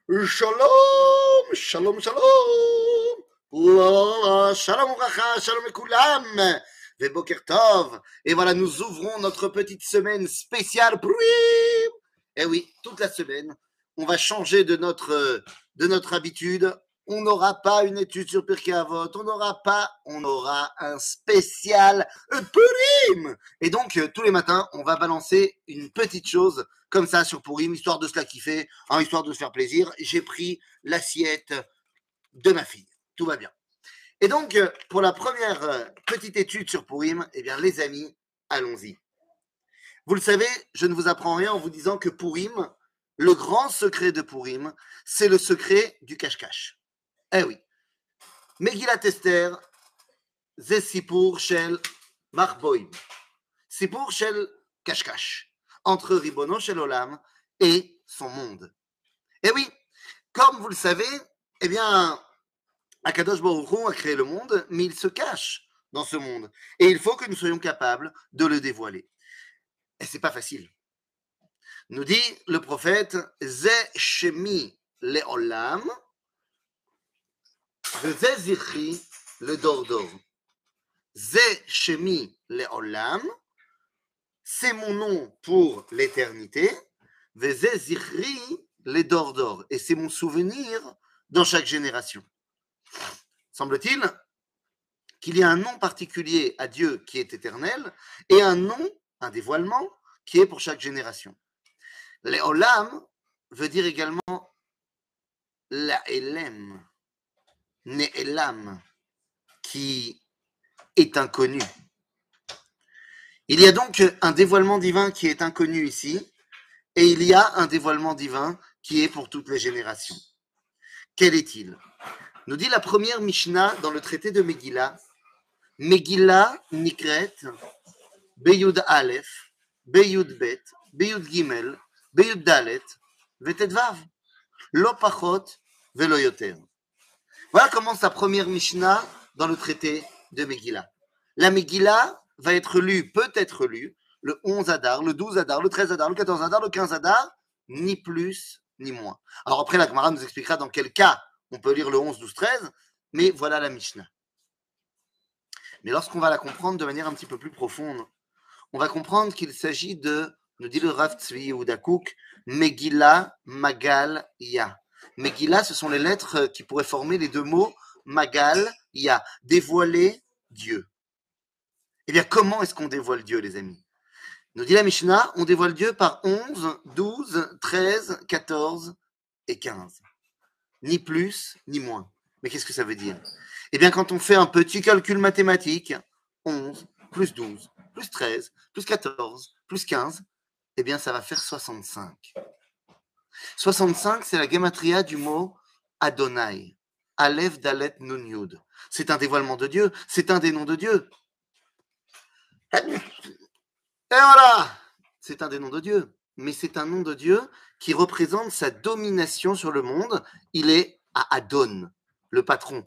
Shalom, shalom, shalom. Oh, shalom bracha, shalom ekulam. Boker tov. Et voilà, nous ouvrons notre petite semaine spéciale. Et oui, toute la semaine, on va changer de notre habitude. On n'aura pas une étude sur Pirkei Avot, on aura un spécial Purim. Et donc, tous les matins, on va balancer une petite chose comme ça sur Purim, histoire de se la kiffer, hein, histoire de se faire plaisir. J'ai pris l'assiette de ma fille. Tout va bien. Et donc, pour la première petite étude sur Purim, eh bien, les amis, allons-y. Vous le savez, je ne vous apprends rien en vous disant que Purim, le grand secret de Purim, c'est le secret du cache-cache. Eh oui. Megillat Esther, זה סיפור של מחבואים. סיפור של cache-cache, entre Ribono Shel Olam et son monde. Et oui, comme vous le savez, eh bien, Akadosh Baruch Hu a créé le monde, mais il se cache dans ce monde. Et il faut que nous soyons capables de le dévoiler. Et c'est pas facile. Nous dit le prophète, Ze Shemi Le'olam, Ze Zichri le Dordor. Ze Shemi Le'olam, c'est mon nom pour l'éternité, Ze Zichri le Dordor, et c'est mon souvenir dans chaque génération. Semble-t-il qu'il y a un nom particulier à Dieu qui est éternel et un nom, un dévoilement, qui est pour chaque génération. Le'olam veut dire également la'elem, ne'elam, qui est inconnu. Il y a donc un dévoilement divin qui est inconnu ici, et il y a un dévoilement divin qui est pour toutes les générations. Quel est-il? Nous dit la première Mishnah dans le traité de Megillah, Megillah Nikret, Beyud Aleph, Beyud Bet, Beyud Gimel, Beyud Dalet, Vetetvav, Lo Pachot, Velo Yoter. Voilà comment sa première Mishnah dans le traité de Megillah. La Megillah va être lue, peut être lue, le 11 Adar, le 12 Adar, le 13 Adar, le 14 Adar, le 15 Adar, ni plus ni moins. Alors après, la Gemara nous expliquera dans quel cas on peut lire le 11, 12, 13, mais voilà la Mishnah. Mais lorsqu'on va la comprendre de manière un petit peu plus profonde, on va comprendre qu'il s'agit de, nous dit le Rav Tzvi Yehuda Kook, Megillah, Magal, Ya. Megillah, ce sont les lettres qui pourraient former les deux mots Magal, Ya, dévoiler Dieu. Eh bien, comment est-ce qu'on dévoile Dieu, les amis? Nous dit la Mishnah, on dévoile Dieu par 11, 12, 13, 14 et 15. Ni plus, ni moins. Mais qu'est-ce que ça veut dire? Eh bien, quand on fait un petit calcul mathématique, 11 plus 12 plus 13 plus 14 plus 15, eh bien, ça va faire 65. 65, c'est la gematria du mot Adonai. Aleph, Dalet, Nun, Yud. C'est un dévoilement de Dieu, c'est un des noms de Dieu. Et voilà, c'est un des noms de Dieu, mais c'est un nom de Dieu qui représente sa domination sur le monde. Il est à Adon, le patron.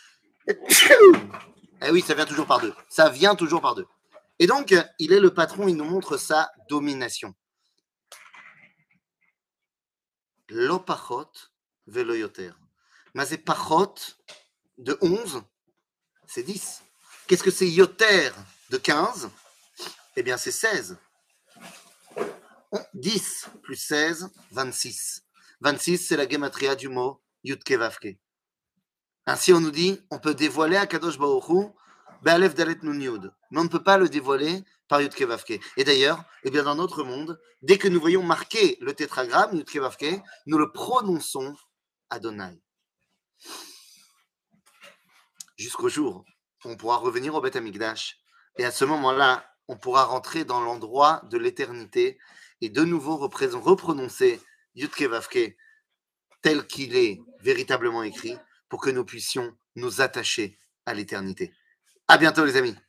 Eh oui, ça vient toujours par deux. Ça vient toujours par deux. Et donc, il est le patron, il nous montre sa domination. Lo pachot velo yoter. Mais c'est pachot de 11, c'est 10. Qu'est-ce que c'est yoter de 15? Eh bien, c'est 16. 10 plus 16, 26. 26, c'est la gematria du mot Yudke Vavke. Ainsi, on nous dit, on peut dévoiler à Kadosh Baruch Hu, Be'alef Dalet Nun Yud, mais on ne peut pas le dévoiler par Yudke Vavke. Et d'ailleurs, eh bien, dans notre monde, dès que nous voyons marquer le tétragramme Yudke Vavke, nous le prononçons Adonai. Jusqu'au jour où on pourra revenir au Beth Amikdash. Et à ce moment-là, on pourra rentrer dans l'endroit de l'éternité et de nouveau reprononcer Yudke Vavke tel qu'il est véritablement écrit pour que nous puissions nous attacher à l'éternité. À bientôt les amis.